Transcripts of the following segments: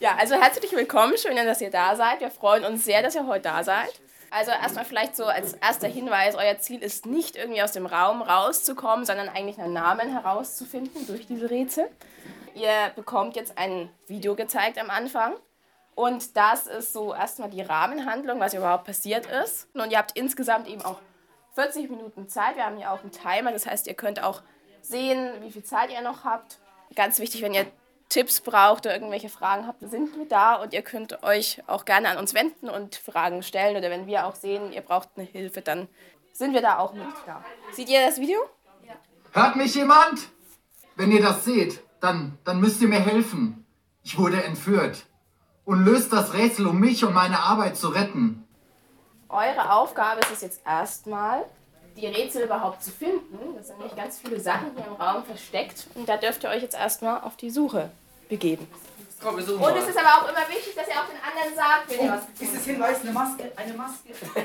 Ja, also herzlich willkommen, schön, dass ihr da seid. Wir freuen uns sehr, dass ihr heute da seid. Also erstmal vielleicht so als erster Hinweis, euer Ziel ist nicht irgendwie aus dem Raum rauszukommen, sondern eigentlich einen Namen herauszufinden durch diese Rätsel. Ihr bekommt jetzt ein Video gezeigt am Anfang und das ist so erstmal die Rahmenhandlung, was überhaupt passiert ist. Und ihr habt insgesamt eben auch 40 Minuten Zeit. Wir haben hier auch einen Timer, das heißt, ihr könnt auch sehen, wie viel Zeit ihr noch habt. Ganz wichtig, wenn ihr Tipps braucht oder irgendwelche Fragen habt, sind wir da und ihr könnt euch auch gerne an uns wenden und Fragen stellen oder wenn wir auch sehen, ihr braucht eine Hilfe, dann sind wir da auch mit da. Seht ihr das Video? Ja. Hört mich jemand? Wenn ihr das seht, dann müsst ihr mir helfen. Ich wurde entführt und löst das Rätsel, um mich und meine Arbeit zu retten. Eure Aufgabe ist es jetzt erstmal, die Rätsel überhaupt zu finden. Das sind nämlich ganz viele Sachen hier im Raum versteckt und da dürft ihr euch jetzt erstmal auf die Suche begeben. Und es ist aber auch immer wichtig, dass ihr auch den anderen sagt, wenn ihr was ist das Hinweis eine Maske? Eine Maske.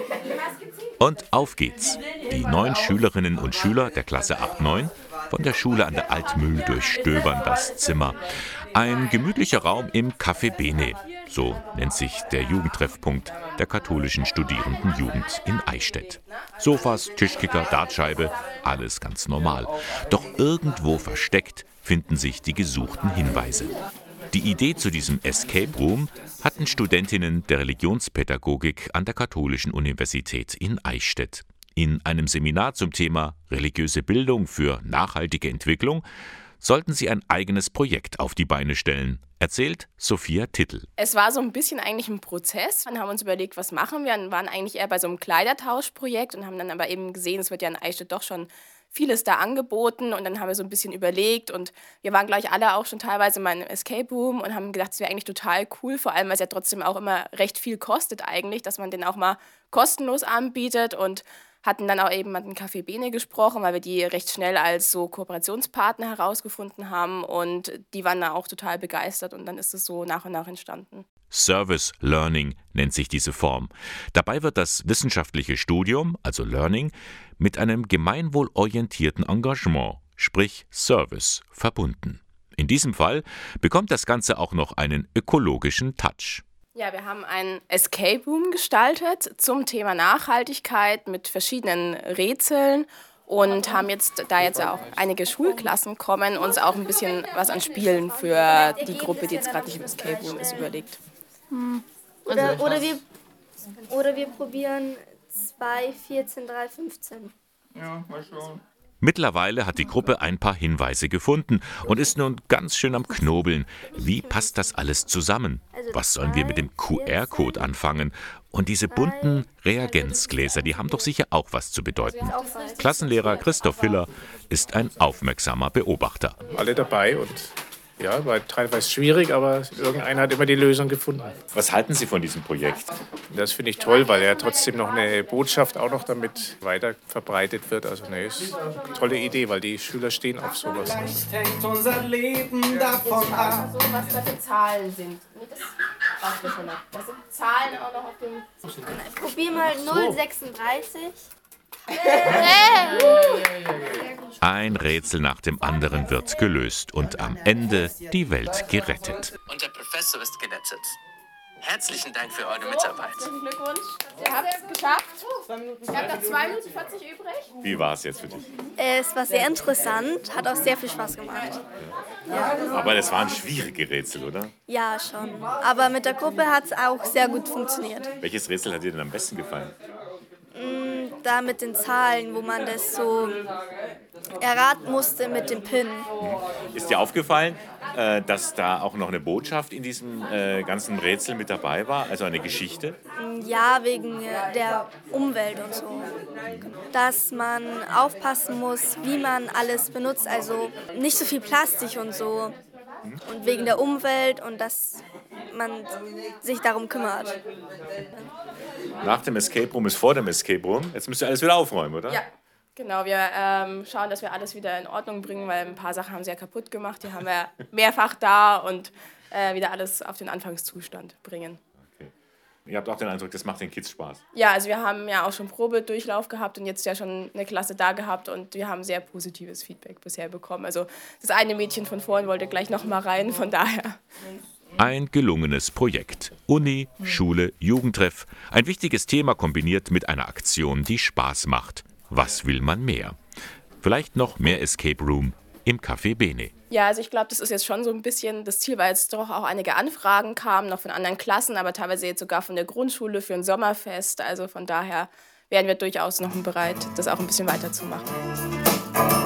Und auf geht's. Die 9 Schülerinnen und Schüler der Klasse 8-9 von der Schule an der Altmühl durchstöbern das Zimmer. Ein gemütlicher Raum im Café Bene. So nennt sich der Jugendtreffpunkt der katholischen Studierendenjugend in Eichstätt. Sofas, Tischkicker, Dartscheibe, alles ganz normal. Doch irgendwo versteckt finden sich die gesuchten Hinweise. Die Idee zu diesem Escape Room hatten Studentinnen der Religionspädagogik an der Katholischen Universität in Eichstätt. In einem Seminar zum Thema religiöse Bildung für nachhaltige Entwicklung sollten sie ein eigenes Projekt auf die Beine stellen, erzählt Sophia Tittel. Es war so ein bisschen eigentlich ein Prozess. Wir haben uns überlegt, was machen wir. Wir waren eigentlich eher bei so einem Kleidertauschprojekt und haben dann aber eben gesehen, es wird ja in Eichstätt doch schon vieles da angeboten und dann haben wir so ein bisschen überlegt und wir waren, glaube ich, alle auch schon teilweise mal im Escape Room und haben gedacht, es wäre eigentlich total cool, vor allem, weil es ja trotzdem auch immer recht viel kostet eigentlich, dass man den auch mal kostenlos anbietet und hatten dann auch eben mit dem Café Bene gesprochen, weil wir die recht schnell als so Kooperationspartner herausgefunden haben und die waren da auch total begeistert und dann ist es so nach und nach entstanden. Service Learning nennt sich diese Form. Dabei wird das wissenschaftliche Studium, also Learning, mit einem gemeinwohlorientierten Engagement, sprich Service, verbunden. In diesem Fall bekommt das Ganze auch noch einen ökologischen Touch. Ja, wir haben einen Escape Room gestaltet zum Thema Nachhaltigkeit mit verschiedenen Rätseln und haben jetzt, da jetzt auch einige Schulklassen kommen, uns auch ein bisschen was an Spielen für die Gruppe, die jetzt gerade nicht im Escape Room ist, überlegt. Oder wir probieren 2, 14, 3, 15. Ja, mal schauen. Mittlerweile hat die Gruppe ein paar Hinweise gefunden und ist nun ganz schön am Knobeln. Wie passt das alles zusammen? Was sollen wir mit dem QR-Code anfangen? Und diese bunten Reagenzgläser, die haben doch sicher auch was zu bedeuten. Klassenlehrer Christoph Hiller ist ein aufmerksamer Beobachter. Alle dabei und ja, war teilweise schwierig, aber irgendeiner hat immer die Lösung gefunden. Was halten Sie von diesem Projekt? Das finde ich toll, weil ja trotzdem noch eine Botschaft auch noch damit weiter verbreitet wird. Also eine tolle Idee, weil die Schüler stehen auf sowas. Hängt unser Leben davon ab. So, was da für Zahlen sind. Das braucht ihr schon noch. Das sind Zahlen auch noch auf dem... Probier mal 036. Ein Rätsel nach dem anderen wird gelöst und am Ende die Welt gerettet. Und der Professor ist gerettet. Herzlichen Dank für eure Mitarbeit. Herzlichen Glückwunsch. Ihr habt es geschafft. Ihr habt noch 2 Minuten 40 übrig. Wie war es jetzt für dich? Es war sehr interessant, hat auch sehr viel Spaß gemacht. Aber das waren schwierige Rätsel, oder? Ja, schon. Aber mit der Gruppe hat es auch sehr gut funktioniert. Welches Rätsel hat dir denn am besten gefallen? Da mit den Zahlen, wo man das so erraten musste mit dem PIN. Ist dir aufgefallen, dass da auch noch eine Botschaft in diesem ganzen Rätsel mit dabei war, also eine Geschichte? Ja, wegen der Umwelt und so. Dass man aufpassen muss, wie man alles benutzt, also nicht so viel Plastik und so. Und wegen der Umwelt und dass man sich darum kümmert. Nach dem Escape Room ist vor dem Escape Room. Jetzt müsst ihr alles wieder aufräumen, oder? Ja, genau. Wir schauen, dass wir alles wieder in Ordnung bringen, weil ein paar Sachen haben sie ja kaputt gemacht. Die haben wir mehrfach da und wieder alles auf den Anfangszustand bringen. Okay. Ihr habt auch den Eindruck, das macht den Kids Spaß? Ja, also wir haben ja auch schon Probedurchlauf gehabt und jetzt ja schon eine Klasse da gehabt und wir haben sehr positives Feedback bisher bekommen. Also das eine Mädchen von vorhin wollte gleich noch mal rein, von daher. Ein gelungenes Projekt. Uni, Schule, Jugendtreff. Ein wichtiges Thema kombiniert mit einer Aktion, die Spaß macht. Was will man mehr? Vielleicht noch mehr Escape Room im Café Bene. Ja, also ich glaube, das ist jetzt schon so ein bisschen das Ziel, weil jetzt doch auch einige Anfragen kamen, noch von anderen Klassen, aber teilweise jetzt sogar von der Grundschule für ein Sommerfest. Also von daher wären wir durchaus noch bereit, das auch ein bisschen weiterzumachen.